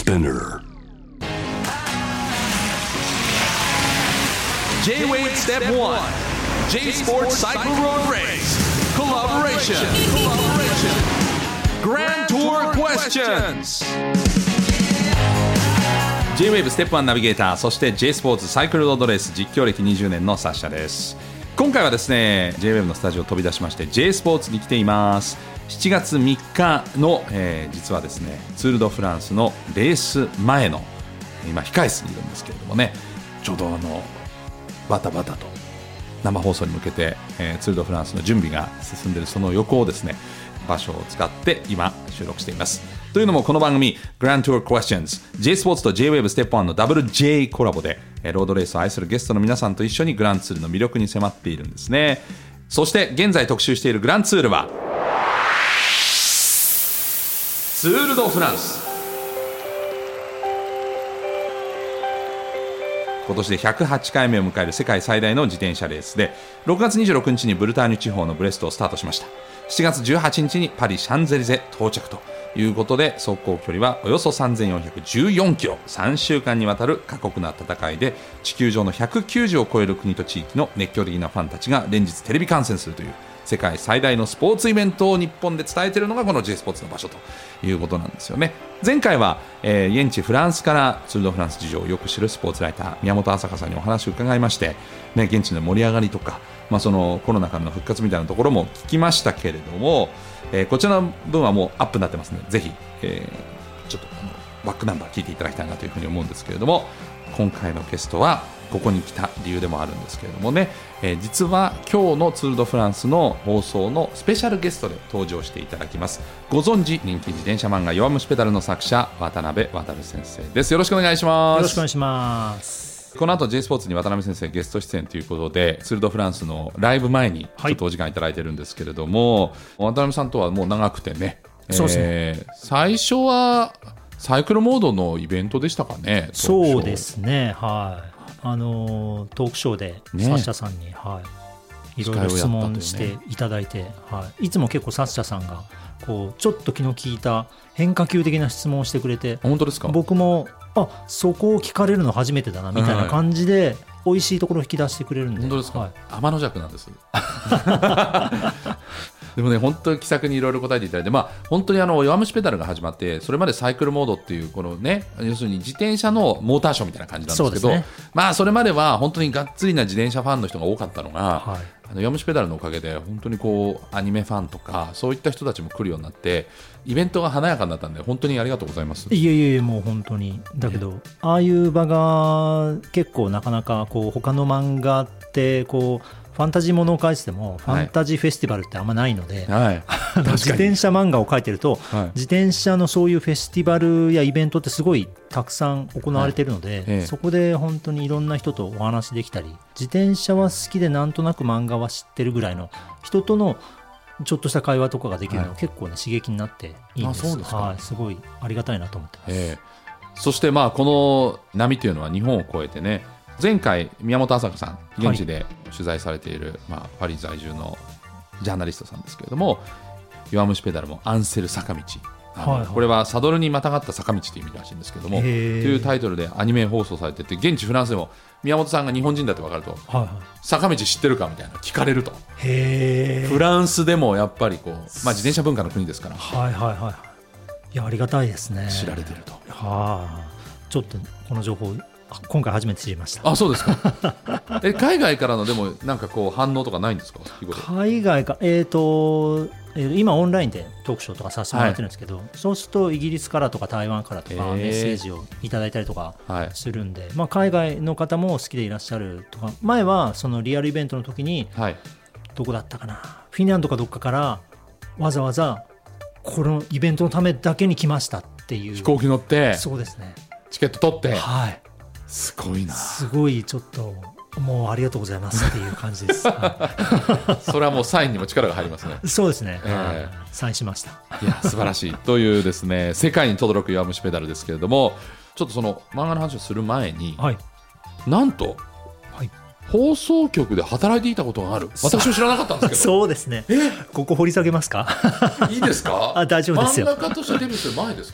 Spinner J-Wave Step 1 J Sports Cycle Road Race Collaboration Grand Tour Questions J-Wave ステップ1ナビゲーター、そして J スポーツサイクルロードレース実況歴20年のサッシャです。今回はですね J-Wave のスタジオを飛び出しまして J スポーツに来ています。7月3日の、実はですねツール・ド・フランスのレース前の今控え室にいるんですけれどもね、ちょうどバタバタと生放送に向けて、ツール・ド・フランスの準備が進んでいるその横をですね場所を使って今収録しています。というのもこの番組 Grand Tour Questions J スポーツと J-Wave ステップ1の WJ コラボでロードレースを愛するゲストの皆さんと一緒にグランツールの魅力に迫っているんですね。そして現在特集しているグランツールはツール・ド・フランス、今年で108回目を迎える世界最大の自転車レースで6月26日にブルターニュ地方のブレストをスタートしました。7月18日にパリ・シャンゼリゼ到着ということで走行距離はおよそ3414キロ、3週間にわたる過酷な戦いで地球上の190を超える国と地域の熱狂的なファンたちが連日テレビ観戦するという世界最大のスポーツイベントを日本で伝えているのがこの J スポーツの場所ということなんですよね。前回は、現地フランスからツール・ド・フランス事情をよく知るスポーツライター宮本麻香さんにお話を伺いまして、ね、現地の盛り上がりとか、そのコロナからの復活みたいなところも聞きましたけれども、こちらの分はもうアップになってますのでぜひ、ちょっとバックナンバー聞いていただきたいなというふうに思うんですけれども、今回のゲストはここに来た理由でもあるんですけれどもね、実は今日のツール・ド・フランスの放送のスペシャルゲストで登場していただきます。ご存知人気自転車漫画弱虫ペダルの作者渡辺航先生です。よろしくお願いします。 よろしくお願いします。 この後 J スポーツに渡辺先生ゲスト出演ということでツール・ド・フランスのライブ前にちょっとお時間いただいてるんですけれども、渡辺さんとはもう長くてね、 そうですね、 最初はサイクルモードのイベントでしたかね。 そうですね、はい、トークショーでサッシャさんに、いろいろ質問していただいて、いつも結構サッシャさんがこうちょっと気の利いた変化球的な質問をしてくれて、 本当ですか。僕もそこを聞かれるの初めてだなみたいな感じで、美味しいところを引き出してくれるんで。 本当ですか、天の弱なんですでもね本当に気さくにいろいろ答えていただいて、本当に弱虫ペダルが始まってそれまでサイクルモードっていうこのね、要するに自転車のモーターショーみたいな感じなんですけど、 そうですね、 それまでは本当にがっつりな自転車ファンの人が多かったのが、弱虫ペダルのおかげで本当にこうアニメファンとかそういった人たちも来るようになってイベントが華やかになったんで本当にありがとうございます。 いえもう本当にだけど、ああいう場が結構なかなかこう他の漫画ってこうファンタジーものを書いててもファンタジーフェスティバルってあんまないので、自転車漫画を書いてると、自転車のそういうフェスティバルやイベントってすごいたくさん行われているので、そこで本当にいろんな人とお話できたり、自転車は好きでなんとなく漫画は知ってるぐらいの人とのちょっとした会話とかができるのは結構ね刺激になっていいんです。 そうですか。 すごいありがたいなと思ってます。 そしてこの波というのは日本を超えてね、前回宮本麻香さん現地で取材されている、パリ在住のジャーナリストさんですけれども、弱虫ペダルもアンセル坂道、これはサドルにまたがった坂道という意味らしいんですけども、というタイトルでアニメ放送されてて、現地フランスでも宮本さんが日本人だって分かると、坂道知ってるかみたいな聞かれると。フランスでもやっぱりこう、自転車文化の国ですから、 いやありがたいですね。 知られてると。 ちょっとこの情報今回初めて知りました。 そうですか海外からのでもなんかこう反応とかないんですか。 海外か、今オンラインでトークショーとかさせてもらってるんですけど、そうするとイギリスからとか台湾からとかメッセージをいただいたりとかするんで、海外の方も好きでいらっしゃるとか、前はそのリアルイベントの時に、どこだったかな、フィンランドかどっかからわざわざこのイベントのためだけに来ましたっていう、 飛行機乗って、 そうですね、 チケット取って、すごいな。 すごいちょっともうありがとうございますっていう感じですそれはもうサインにも力が入りますね。 そうですね、サインしました。 いや素晴らしいというですね、世界に轟く弱虫ペダルですけれども、ちょっとその漫画の話をする前に、なんと、放送局で働いていたことがある。私も知らなかったんですけど。 そうですね。ここ掘り下げますか。 いいですか。 大丈夫ですよ。 漫画家としてデビューする前ですか。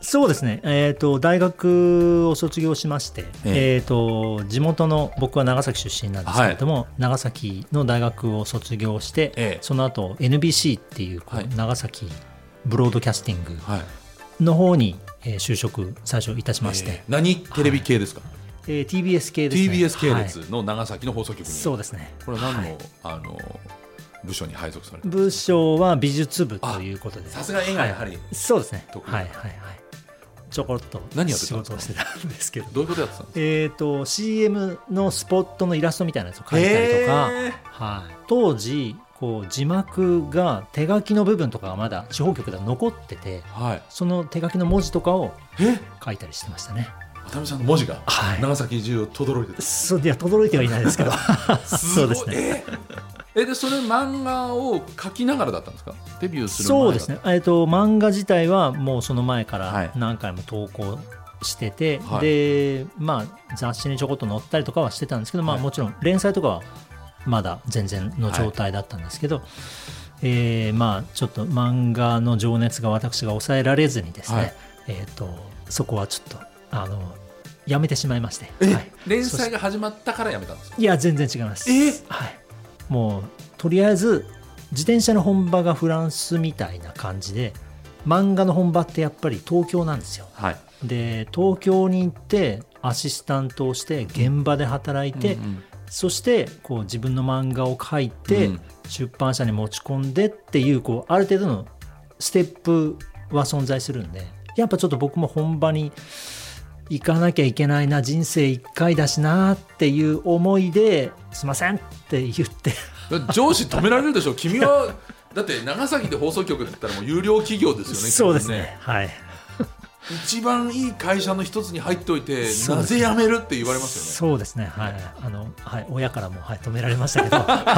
そうですね、大学を卒業しまして、地元の僕は長崎出身なんですけれども、長崎の大学を卒業して、その後 NBC っていう、長崎ブロードキャスティングの方に、就職最初いたしまして、 何テレビ系ですか ？TBS 系ですね。 TBS 系列の長崎の放送局に、 そうですね。 これは何の、部署に配属されて部署は美術部ということで、 さすが絵がやはり、 そうですね、ちょこっと仕事をしてたんですけど。 どういうことやってたんですか ？CM のスポットのイラストみたいなやつを描いたりとか、当時こう字幕が手書きの部分とかがまだ地方局では残ってて、その手書きの文字とかを書いたりしてましたね。 渡辺さんの文字が長崎中を轟いてた。 いや、轟いてはいないですけどそうですね。 でそれ漫画を描きながらだったんですか？デビューする前。 そうですね、漫画自体はもうその前から何回も投稿してて、で、雑誌にちょこっと載ったりとかはしてたんですけど、もちろん連載とかはまだ全然の状態だったんですけど、ちょっと漫画の情熱が私が抑えられずにですね、そこはちょっとやめてしまいまして。 連載が始まったからやめたんですか？ いや、全然違います。もうとりあえず自転車の本場がフランスみたいな感じで、漫画の本場ってやっぱり東京なんですよ。で、東京に行ってアシスタントをして現場で働いて、そしてこう自分の漫画を描いて出版社に持ち込んでっていう、ある程度のステップは存在するんで、やっぱちょっと僕も本場に行かなきゃいけないな、人生1回だしなっていう思いで、すいませんって言って上司止められるでしょ君はだって長崎で放送局だったらもう有料企業ですよね。 そうですね、 一番いい会社の一つに入っておいて、なぜ辞めるって言われますよね。 そうですね、親からも、止められましたけど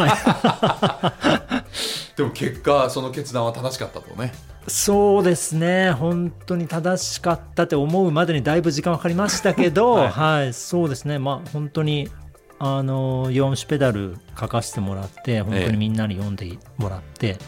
でも結果その決断は正しかったとね。 そうですね、本当に正しかったって思うまでにだいぶ時間かかりましたけど、そうですね、本当に弱虫ペダル書かせてもらって、本当にみんなに読んでもらって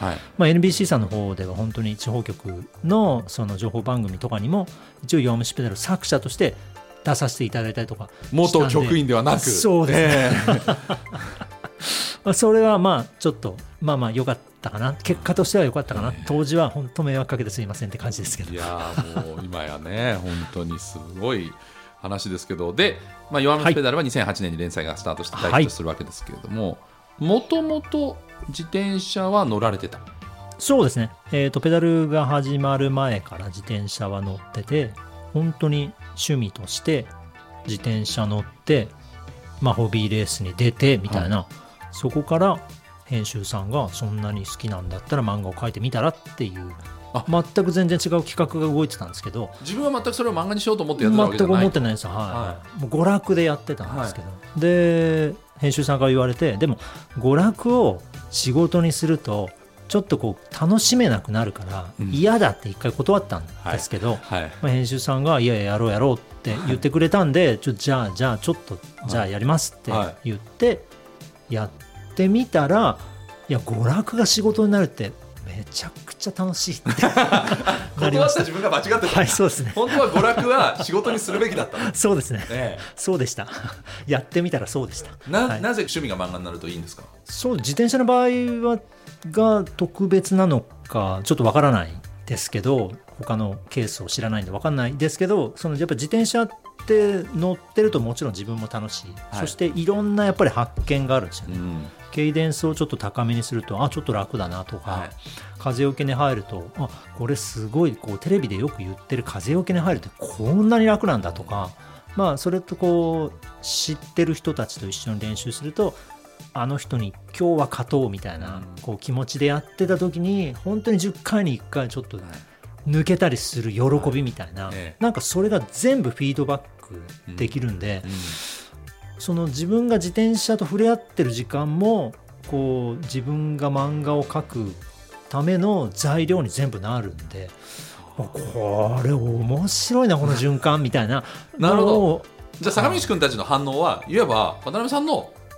、NBC さんの方では本当に地方局のその情報番組とかにも一応弱虫ペダル作者として出させていただいたりとかしたんで。 元局員ではなく。 そうですね、それはちょっと良かったかな、結果としては良かったかな、当時は本当迷惑かけてすいませんって感じですけど。 いやもう今やね本当にすごい話ですけど、で、弱虫ペダルは2008年に連載がスタートして大ヒットするわけですけれども、もともと自転車は乗られてた？ そうですね、ペダルが始まる前から自転車は乗ってて、本当に趣味として自転車乗って、ホビーレースに出てみたいな、そこから編集さんがそんなに好きなんだったら漫画を描いてみたらっていう、全く全然違う企画が動いてたんですけど、 自分は全くそれを漫画にしようと思ってやってたわけじゃない？全く思ってないですよ、もう娯楽でやってたんですけど、で編集さんから言われて、でも娯楽を仕事にするとちょっと楽しめなくなるから嫌だって一回断ったんですけど、編集さんがいややろうって言ってくれたんで、じゃあちょっとやりますって言ってやってみたら、いや娯楽が仕事になるってめちゃくちゃ楽しいってなりました。 自分が間違ってた。 そうですね。 本当は娯楽は仕事にするべきだった。 そうですね、そうでしたやってみたらそうでした。 なぜ趣味が漫画になるといいんですか？ そう、自転車の場合が特別なのかちょっとわからないですけど、他のケースを知らないんでわかんないですけど、やっぱり自転車って乗ってるともちろん自分も楽しい、そしていろんなやっぱり発見があるんですよね。ケイデンスをちょっと高めにするとちょっと楽だなとか、風よけに入るとこれすごいテレビでよく言ってる風よけに入るってこんなに楽なんだとか、それと知ってる人たちと一緒に練習すると、あの人に今日は勝とうみたいな気持ちでやってた時に、本当に10回に1回ちょっと抜けたりする喜びみたいな、なんかそれが全部フィードバックできるんで、その自分が自転車と触れ合ってる時間も自分が漫画を描くための材料に全部なるんで、これ面白いなこの循環みたいななるほど。じゃあ坂道くんたちの反応はいわば渡辺さんの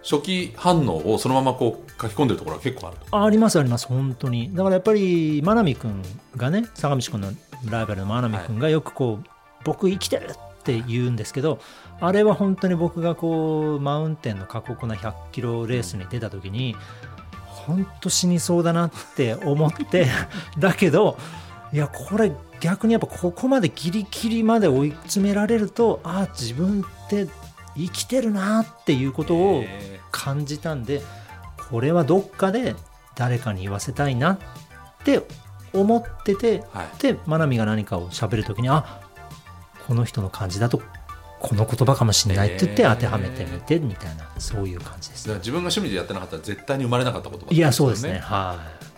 初期反応をそのままこう書き込んでるところは結構あると。 ありますあります、本当に。だからやっぱり真波君がね、坂道君のライバルの真波君がよくこう、僕生きてるって言うんですけど、あれは本当に僕がこうマウンテンの過酷な100キロレースに出た時に本当死にそうだなって思ってだけどいやこれ逆にやっぱここまでギリギリまで追い詰められると、あ自分って生きてるなっていうことを感じたんで、これはどっかで誰かに言わせたいなって思ってて、で真波が何かを喋るときに、あこの人の感じだとこの言葉かもしれないって言って当てはめてみてみたいな、そういう感じです。 だから自分が趣味でやってなかったら絶対に生まれなかった言葉ですよね。 いやそうですね、はい、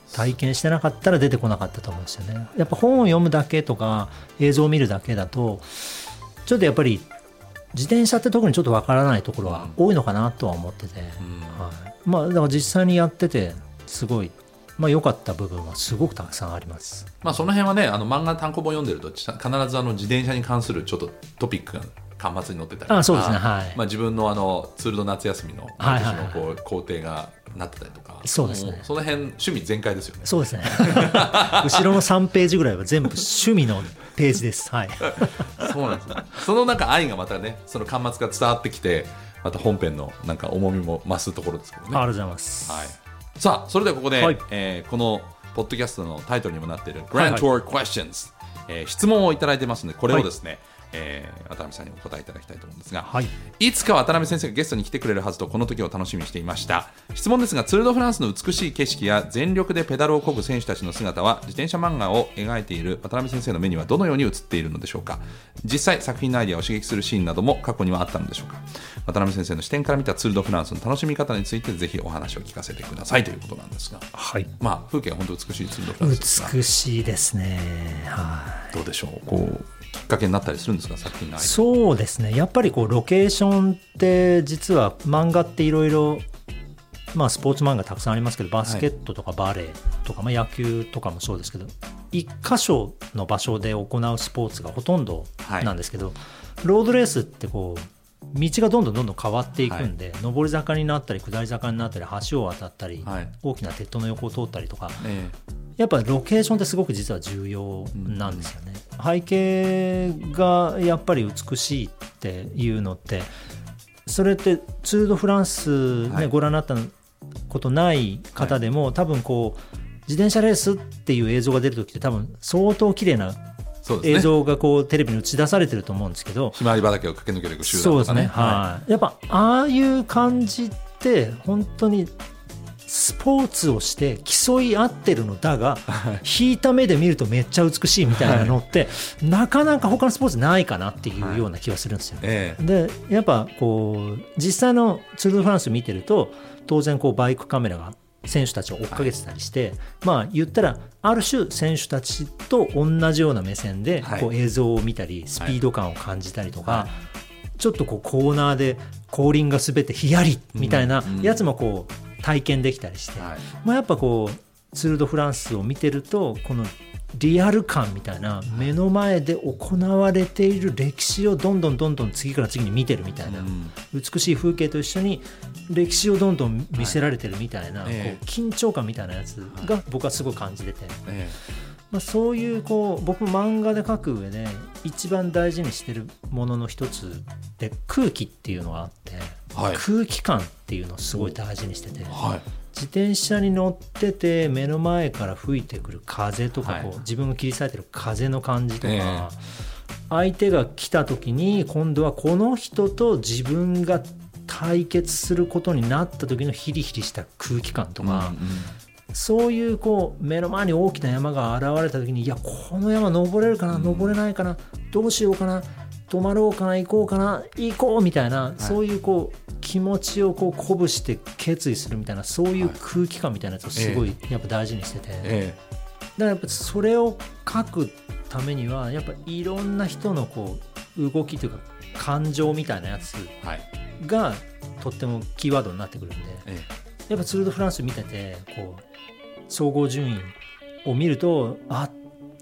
体験してなかったら出てこなかったと思うんですよね。やっぱ本を読むだけとか映像を見るだけだとちょっとやっぱり自転車って特にちょっとわからないところは多いのかなとは思ってて、まあだから実際にやっててすごい良かった部分はすごくたくさんあります。 その辺はね、漫画単行本読んでると必ず自転車に関するちょっとトピックが端末に載ってたりとか、 そうですね、はい、 自分のツールド夏休みの毎年のこう工程がなってたりとか、 そうですね、 その辺趣味全開ですよね。 そうですね後ろの3ページぐらいは全部趣味のページです。はいそうなんですね。その愛がまたね、その端末が伝わってきて、また本編の重みも増すところですけどね。 ありがとうございます。 はい、さあそれではここで、はい、このポッドキャストのタイトルにもなっている Grand Tour Questions、質問をいただいてますので、これをですね、渡辺さんにお答えいただきたいと思うんですが、いつか渡辺先生がゲストに来てくれるはずとこの時を楽しみにしていました。質問ですが、ツール・ド・フランスの美しい景色や全力でペダルを漕ぐ選手たちの姿は自転車漫画を描いている渡辺先生の目にはどのように映っているのでしょうか。実際作品のアイデアを刺激するシーンなども過去にはあったのでしょうか。渡辺先生の視点から見たツール・ド・フランスの楽しみ方についてぜひお話を聞かせてくださいということなんですが、 はい、 風景が本当美しいツール・ド・フランスですが、 美しいですね。 どうでしょう、こうきっかけになったりするんですか、作品のアイデア。 そうですね、やっぱりこうロケーションって実は漫画っていろいろスポーツ漫画たくさんありますけど、バスケットとかバレーとか、野球とかもそうですけど、一箇所の場所で行うスポーツがほとんどなんですけど、ロードレースってこう道がどんどん変わっていくんで、上り坂になったり下り坂になったり橋を渡ったり、大きな鉄塔の横を通ったりとか、やっぱロケーションってすごく実は重要なんですよね。背景がやっぱり美しいっていうのって、それってツール・ド・フランス、ご覧になったことない方でも、多分こう自転車レースっていう映像が出るときって多分相当綺麗な映像がこうテレビに映し出されてると思うんですけど、 ひまわり畑を駆け抜けていく集団とかね。 やっぱああいう感じって本当にスポーツをして競い合ってるのだが、引いた目で見るとめっちゃ美しいみたいなのって、なかなか他のスポーツないかなっていうような気がするんですよ。でやっぱこう実際のツール・ド・フランス見てると、当然こうバイクカメラが選手たちを追っかけてたりして、言ったらある種選手たちと同じような目線でこう映像を見たり、スピード感を感じたりとか、ちょっとこうコーナーで後輪が滑ってヒヤリみたいなやつもこう体験できたりして、やっぱこうツール・ド・フランスを見てると、このリアル感みたいな、目の前で行われている歴史をどんどん次から次に見てるみたいな、美しい風景と一緒に歴史をどんどん見せられてるみたいな、こう緊張感みたいなやつが僕はすごい感じてて、そういうこう僕も漫画で描く上で一番大事にしてるものの一つで空気っていうのがあって、空気感っていうのをすごい大事にしてて、自転車に乗ってて目の前から吹いてくる風とか、こう自分が切り裂いてる風の感じとか、相手が来た時に今度はこの人と自分が対決することになった時のヒリヒリした空気感とか、そういうこう目の前に大きな山が現れた時に、いやこの山登れるかな、登れないかな、どうしようかな、止まろうかな、行こうかな、行こうみたいな、そういうこう気持ちをこう鼓舞して決意するみたいな、そういう空気感みたいなやつをすごいやっぱ大事にしてて、だからやっぱそれを書くためにはやっぱいろんな人のこう動きというか感情みたいなやつがとってもキーワードになってくるんで、やっぱツール・ド・フランス見ててこう総合順位を見ると、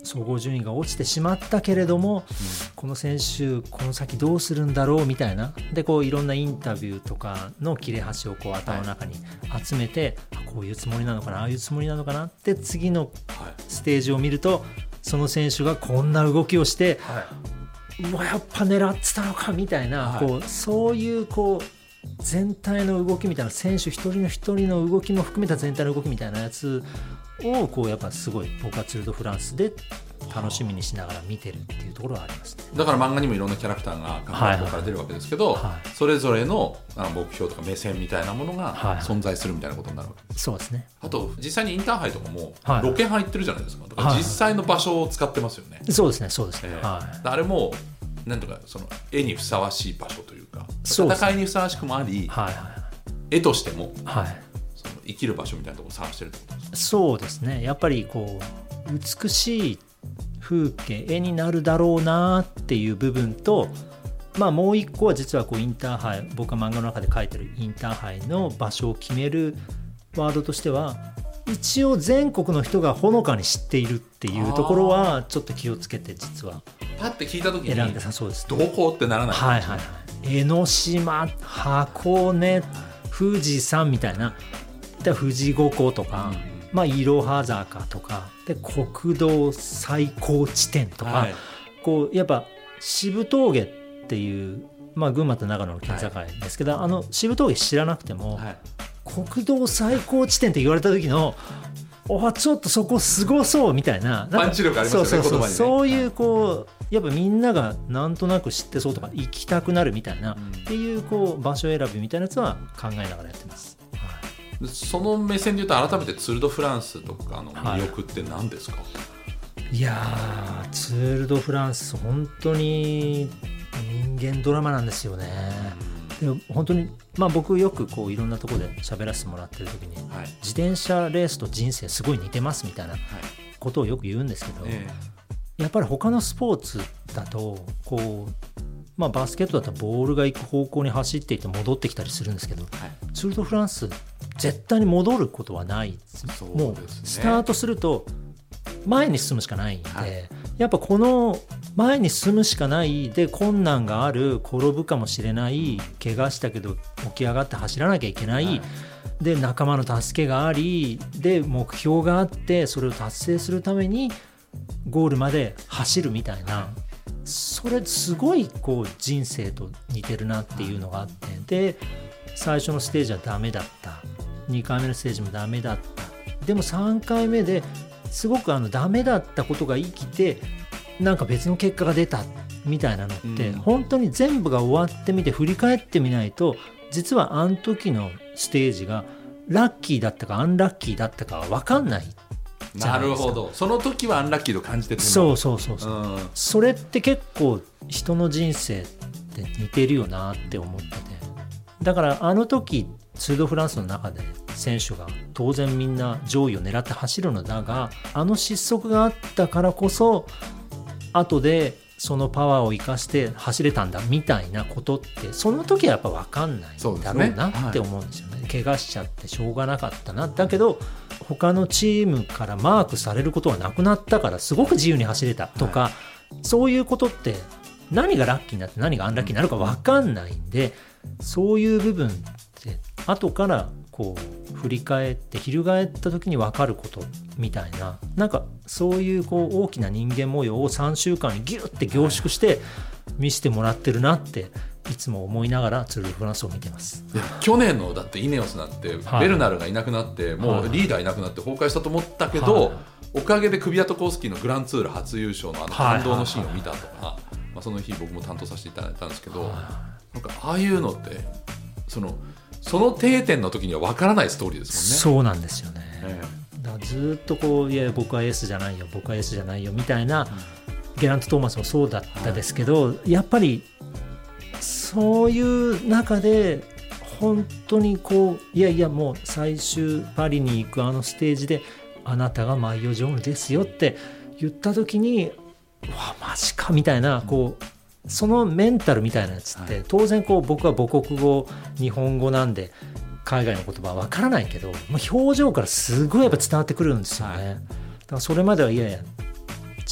総合順位が落ちてしまったけれども、この選手この先どうするんだろうみたいなでこういろんなインタビューとかの切れ端をこう頭の中に集めて、こういうつもりなのかな、ああいうつもりなのかなって次のステージを見ると、その選手がこんな動きをして、うわやっぱ狙ってたのかみたいな、こうそういうこう全体の動きみたいな、選手一人の動きも含めた全体の動きみたいなやつをこうやっぱすごい僕はツール・ド・フランスで楽しみにしながら見てるっていうところはありますね。 だから漫画にもいろんなキャラクターが各学校から出るわけですけど、それぞれの目標とか目線みたいなものが存在するみたいなことになるわけです。 そうですね。 あと実際にインターハイとかもロケハン行ってるじゃないですか。だから実際の場所を使ってますよね。 そうですね、そうですね。 あれもなんとかその絵にふさわしい場所というか、戦いにふさわしくもあり、絵としても、その生きる場所みたいなところを探してるってことですか。 そうですね。やっぱりこう美しい風景、絵になるだろうなっていう部分と、もう一個は実はこうインターハイ、僕が漫画の中で書いてるインターハイの場所を決めるワードとしては、一応全国の人がほのかに知っているっていうところはちょっと気をつけて実はパッて聞いた時に選んで、そうです、 どこってならない、 江ノ島、箱根、富士山みたいな、富士五湖とか、いろは坂とかで国道最高地点とか、こうやっぱ渋峠っていう、群馬と長野の県境ですけど、渋峠知らなくても、国道最高地点って言われた時のちょっとそこすごそうみたいな、 パンチ力ありますよね、言葉にね。 そういうこうやっぱみんながなんとなく知ってそうとか行きたくなるみたいな、っていうこう場所選びみたいなやつは考えながらやってます。 その目線で言うと改めてツール・ド・フランスとかの魅力って何ですか。 いやー、ツール・ド・フランス本当に人間ドラマなんですよね。で本当に、僕よくこういろんなところで喋らせてもらってる時に、自転車レースと人生すごい似てますみたいなことをよく言うんですけど、やっぱり他のスポーツだとこう、バスケットだったらボールが行く方向に走っていって戻ってきたりするんですけど、ツール・ド・フランス絶対に戻ることはない。もうスタートすると前に進むしかないんで、やっぱこの前に進むしかないで、困難がある、転ぶかもしれない、怪我したけど起き上がって走らなきゃいけない、で仲間の助けがありで目標があって、それを達成するためにゴールまで走るみたいな、それすごいこう人生と似てるなっていうのがあって、で最初のステージはダメだった、2回目のステージもダメだった、でも3回目ですごくダメだったことが生きて、なんか別の結果が出たみたいなのって、本当に全部が終わってみて振り返ってみないと、実はあの時のステージがラッキーだったかアンラッキーだったかは分かんないじゃないですか。なるほど。 その時はアンラッキーと感じてても、 それって結構人の人生って似てるよなって思ってて、だからあの時ツール・ド・フランスの中で選手が当然みんな上位を狙って走るのだが、あの失速があったからこそ後でそのパワーを生かして走れたんだみたいなことって、その時はやっぱ分かんないんだろうなって思うんですよね。怪我しちゃってしょうがなかったな、だけど他のチームからマークされることはなくなったからすごく自由に走れたとか、そういうことって何がラッキーになって何がアンラッキーになるか分かんないんで、そういう部分って後からこう振り返って翻った時に分かることみたいな、なんかそういうこう大きな人間模様を3週間にギュッて凝縮して見せてもらってるなっていつも思いながらツール・ド・フランスを見てます。 去年のだってイネオスなんて、ベルナルがいなくなってもうリーダーいなくなって崩壊したと思ったけど、おかげでクビアトコウスキーのグランツール初優勝の感動のシーンを見たとか、その日僕も担当させていただいたんですけど、なんかああいうのってその定点の時には分からないストーリーですもんね。 そうなんですよね。だからずっとこう、いや僕はエースじゃないよ、僕はエースじゃないよみたいな、ゲラント・トーマスもそうだったですけど、やっぱりそういう中で本当にこう、いやいやもう最終パリに行くあのステージであなたがマイオ・ジョーヌですよって言った時に、うわマジかみたいな、こうそのメンタルみたいなやつって、当然こう僕は母国語日本語なんで海外の言葉は分からないけど、表情からすごいやっぱ伝わってくるんですよね。だからそれまではいやいや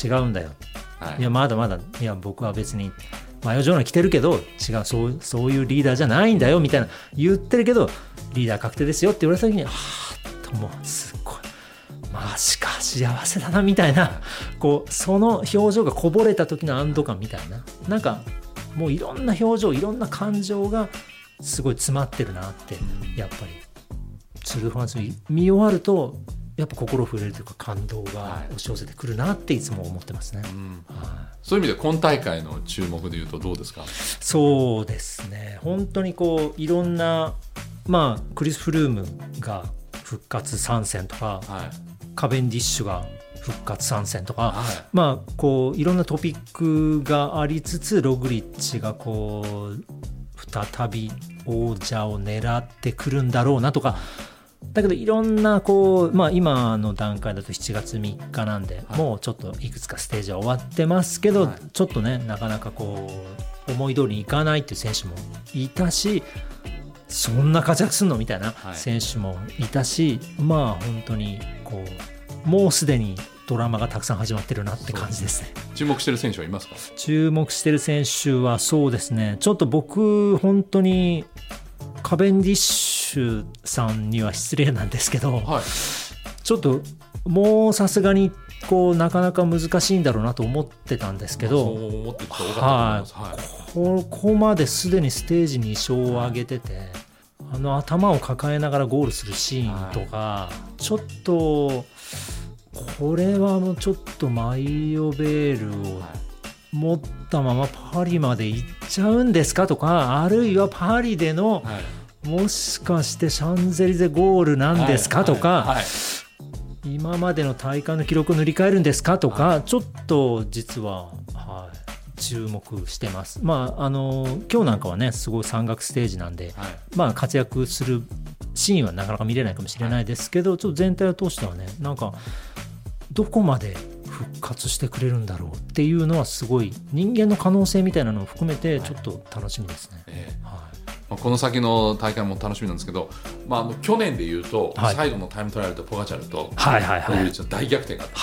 違うんだよ、いやまだまだ、いや僕は別にマヨジョーナ着てるけど違う、そういうリーダーじゃないんだよみたいな言ってるけど、リーダー確定ですよって言われた時に、はーっともうすっごいマジか幸せだなみたいな、こうその表情がこぼれた時の安堵感みたいな、なんかもういろんな表情、いろんな感情がすごい詰まってるなって、やっぱりツール・ド・フランス見終わるとやっぱ心震えるというか感動が押し寄せてくるなっていつも思ってますね、 そういう意味で今大会の注目でいうとどうですか？ そうですね、本当にこういろんな、クリス・フルームが復活参戦とか、カベンディッシュが復活参戦とか、こういろんなトピックがありつつ、ログリッチがこう再び王者を狙ってくるんだろうなとか、だけどいろんなこう、今の段階だと7月3日なんで、もうちょっといくつかステージは終わってますけど、ちょっとねなかなかこう思い通りにいかないっていう選手もいたし、そんな活躍するのみたいな選手もいたし、本当にこうもうすでにドラマがたくさん始まってるなって感じですね。 注目してる選手はいますか？ 注目してる選手はそうですね、ちょっと僕本当にカベンディッシュさんには失礼なんですけど、ちょっともうさすがにこうなかなか難しいんだろうなと思ってたんですけど、 そう思ってた方が多かったと思います。 ここまですでにステージ2勝を挙げてて、頭を抱えながらゴールするシーンとか、ちょっとこれはもうちょっとマイオベールを持ったままパリまで行っちゃうんですかとか、あるいはパリでのもしかしてシャンゼリゼゴールなんですかとか、今までの大会の記録を塗り替えるんですかとか、ちょっと実は、注目してます。今日なんかはねすごい山岳ステージなんで、活躍するシーンはなかなか見れないかもしれないですけど、ちょっと全体を通してはね、なんかどこまで復活してくれるんだろうっていうのはすごい人間の可能性みたいなのを含めてちょっと楽しみですね。 この先の大会も楽しみなんですけど、去年でいうと、最後のタイムトライアルとポガチャルとログリッチの大逆転があった、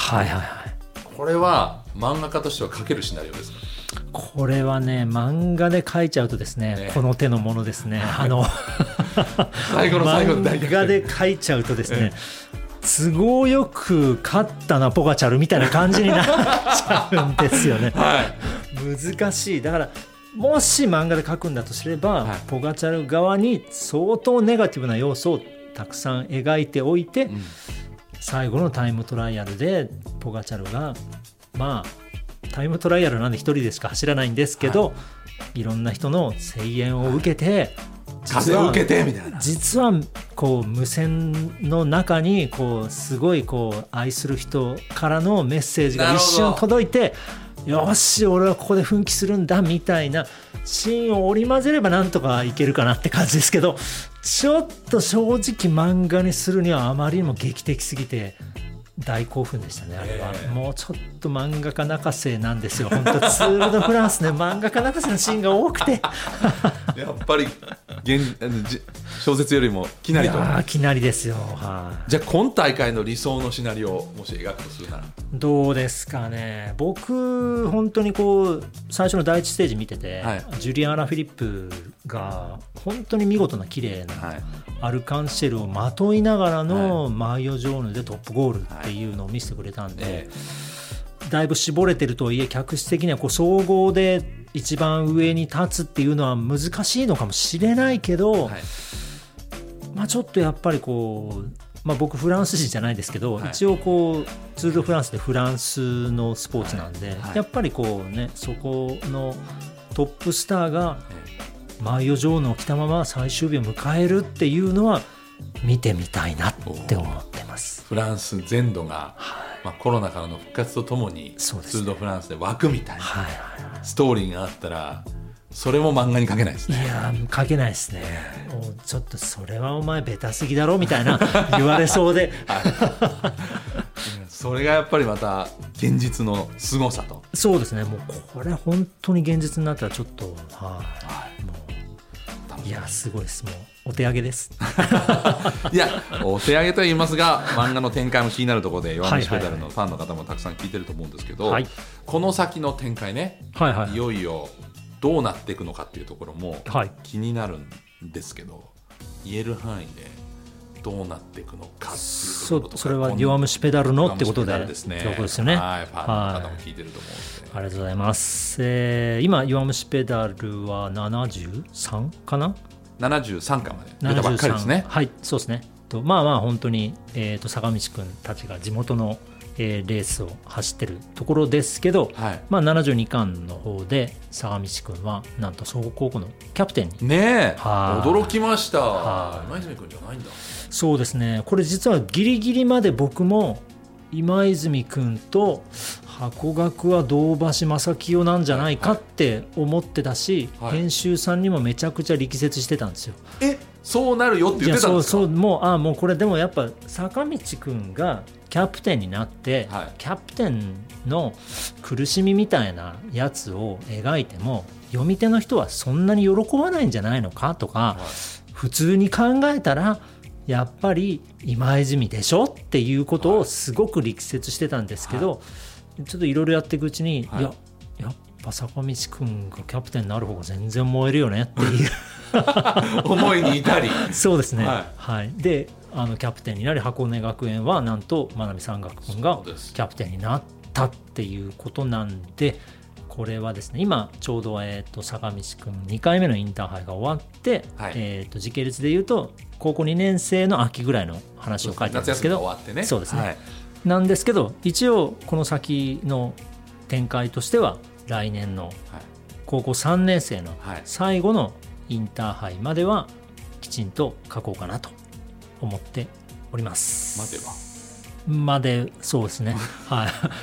これは漫画家としては書けるシナリオですか？ これはね漫画で書いちゃうとですね、この手のものですね。 最後の最後の大逆転、 漫画で書いちゃうとですね、都合よく勝ったなポガチャルみたいな感じになっちゃうんですよね。難しい。だからもし漫画で書くんだとすれば、ポガチャル側に相当ネガティブな要素をたくさん描いておいて、最後のタイムトライアルでポガチャルがタイムトライアルなんで一人でしか走らないんですけど、いろんな人の声援を受けて、 風を受けてみたいな、 実はこう無線の中にこうすごいこう愛する人からのメッセージが一瞬届いて、よし俺はここで奮起するんだみたいなシーンを織り交ぜればなんとかいけるかなって感じですけど、ちょっと正直漫画にするにはあまりにも劇的すぎて大興奮でしたね。あれはもうちょっと漫画家泣かせなんですよ。本当ツール・ド・フランスね、漫画家泣かせのシーンが多くてやっぱり小説よりもきなりと。 きなりですよ。 じゃあ今大会の理想のシナリオをもし描くとするならどうですかね。僕本当にこう最初の第一ステージ見てて、ジュリアン・アラフィリップが本当に見事な綺麗なアルカンシェルをまといながらのマイオジョーヌでトップゴールっていうのを見せてくれたんで、だいぶ絞れてるとはいえ客室的にはこう総合で一番上に立つっていうのは難しいのかもしれないけど、ちょっとやっぱりこう、僕フランス人じゃないですけど、一応こうツール・ド・フランスでフランスのスポーツなんで、やっぱりこうねそこのトップスターがマイオジョーヌを着たまま最終日を迎えるっていうのは見てみたいなって思ってます。 フランス全土が、コロナからの復活とともに、ツール・ド・フランスで湧くみたいなストーリーがあったら、それも漫画に書けないですね。 いや書けないですね。ちょっとそれはお前ベタすぎだろみたいな言われそうでそれがやっぱりまた現実の凄さと。 そうですね。もうこれ本当に現実になったらちょっともういやすごいです。もうお手上げですいやお手上げとは言いますが漫画の展開も気になるところで弱虫ペダルのファンの方もたくさん聞いてると思うんですけど、はい、この先の展開ね、はいはい、いよいよどうなっていくのかっていうところも気になるんですけど、言える範囲でどうなっていくのかっていうところとか、 それは弱虫ペダルのってことでですね、 ということですよね。 はい、ファンの方も聞いてると思うので、 ありがとうございます。今弱虫ペダルは73かな、 73巻まで出たばっかりですね。 はい、そうですね。まあまあ本当に、坂道くんたちが地元の、レースを走ってるところですけど、はい、まあ、72巻の方で坂道くんはなんと総合高校のキャプテンにねえ、驚きました。今泉くんじゃないんだ。 そうですね、これ実はギリギリまで僕も今泉くんと箱学は堂橋正清なんじゃないかって思ってたし、はいはい、編集さんにもめちゃくちゃ力説してたんですよ。 そうなるよって言ってたんですか？ そうもうこれでもやっぱ坂道くんがキャプテンになって、はい、キャプテンの苦しみみたいなやつを描いても読み手の人はそんなに喜ばないんじゃないのかとか、はい、普通に考えたらやっぱり今泉でしょっていうことをすごく力説してたんですけど、はい、ちょっといろいろやっていくうちに、はい、やっぱ坂道くんがキャプテンになる方が全然燃えるよねっていう思いに至りそうですね、はいはい、でキャプテンになり箱根学園はなんと真波山岳くんがキャプテンになったっていうことなんで、これはですね今ちょうど、坂道くん2回目のインターハイが終わって、はい、時系列でいうと高校2年生の秋ぐらいの話を書いてるんですけど、 夏休みが終わってね、 そうですね、 はい、 なんですけど一応この先の展開としては来年の高校3年生の最後のインターハイまではきちんと書こうかなと思っております。までそうですね、はい、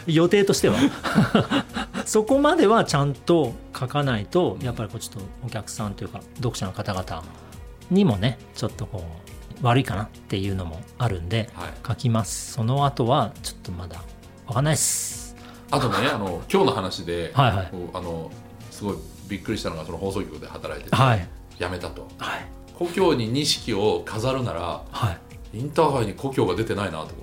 予定としてはそこまではちゃんと書かないとやっぱりちょっとお客さんというか読者の方々にもねちょっとこう悪いかなっていうのもあるんで、はい、書きます。その後はちょっとまだ分かんないです。 あとね今日の話で、はいはい、すごいびっくりしたのがその放送局で働いてて、はい、辞めたと、はい、故郷に錦を飾るなら、はい、インターハイに故郷が出てないなと思って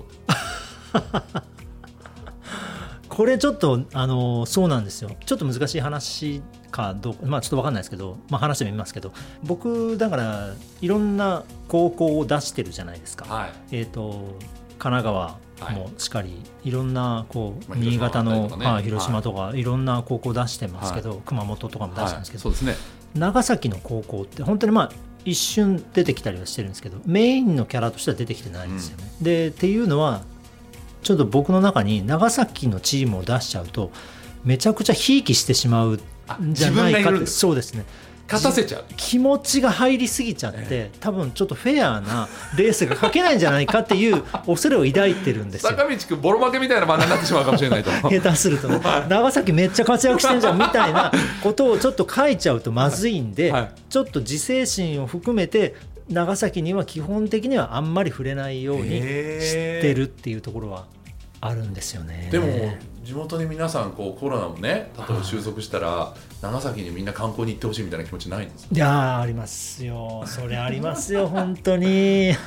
これちょっとそうなんですよ。ちょっと難しい話かどうか、ちょっと分かんないですけど、話してみますけど、僕だからいろんな高校を出してるじゃないですか、はい、神奈川もしっかりいろんな新潟の広島とかいろんな高校出してますけど、はい、熊本とかも出してるんですけど、 そうですね、 長崎の高校って本当に一瞬出てきたりはしてるんですけどメインのキャラとしては出てきてないんですよね、でっていうのはちょっと僕の中に長崎のチームを出しちゃうとめちゃくちゃひいきしてしまうんじゃないかって。そうですね、 勝たせちゃう気持ちが入りすぎちゃって、多分ちょっとフェアなレースが書けないんじゃないかっていう恐れを抱いてるんですよ。 坂道くんボロ負けみたいな漫画になってしまうかもしれないと下手すると、ね、長崎めっちゃ活躍してんじゃんみたいなことをちょっと書いちゃうとまずいんで、はい、ちょっと自制心を含めて長崎には基本的にはあんまり触れないようにしてるっていうところはあるんですよね。 でも地元に皆さんコロナもね例えば収束したら長崎にみんな観光に行ってほしいみたいな気持ちないんですか？ いやありますよ、それありますよ本当にね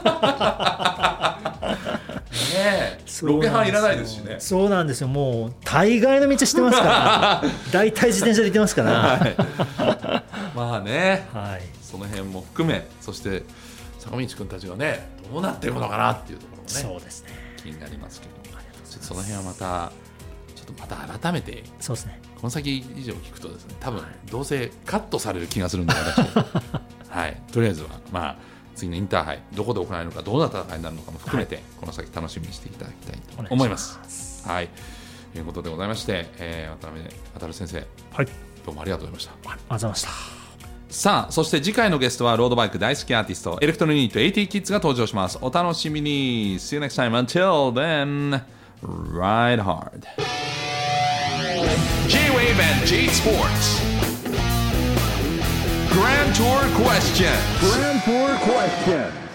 ロケハンいらないですしね。 そうなんですよ、もう大概の道してますから大体自転車で行ってますから、 はい、ね、はい、その辺も含め、そして坂道くんたちがねどうなっていくのかなっていうところもね、 そうですね、 気になりますけど、その辺はまた改めて、そうですね、この先以上聞くとですね、多分どうせカットされる気がするんで私はい、とりあえずは次のインターハイどこで行われるのか、どうなった戦いになるのかも含めて、はい、この先楽しみにしていただきたいと思います。はい、ということでございまして、渡辺航先生、はい、どうもありがとうございました。 ありがとうございました。 さあ、そして次回のゲストはロードバイク大好きアーティストエレクトロニット AT キッズが登場します。お楽しみに。 See you next time. Until then, ride hard. J-Wave and J Sports Grand Tour Questions.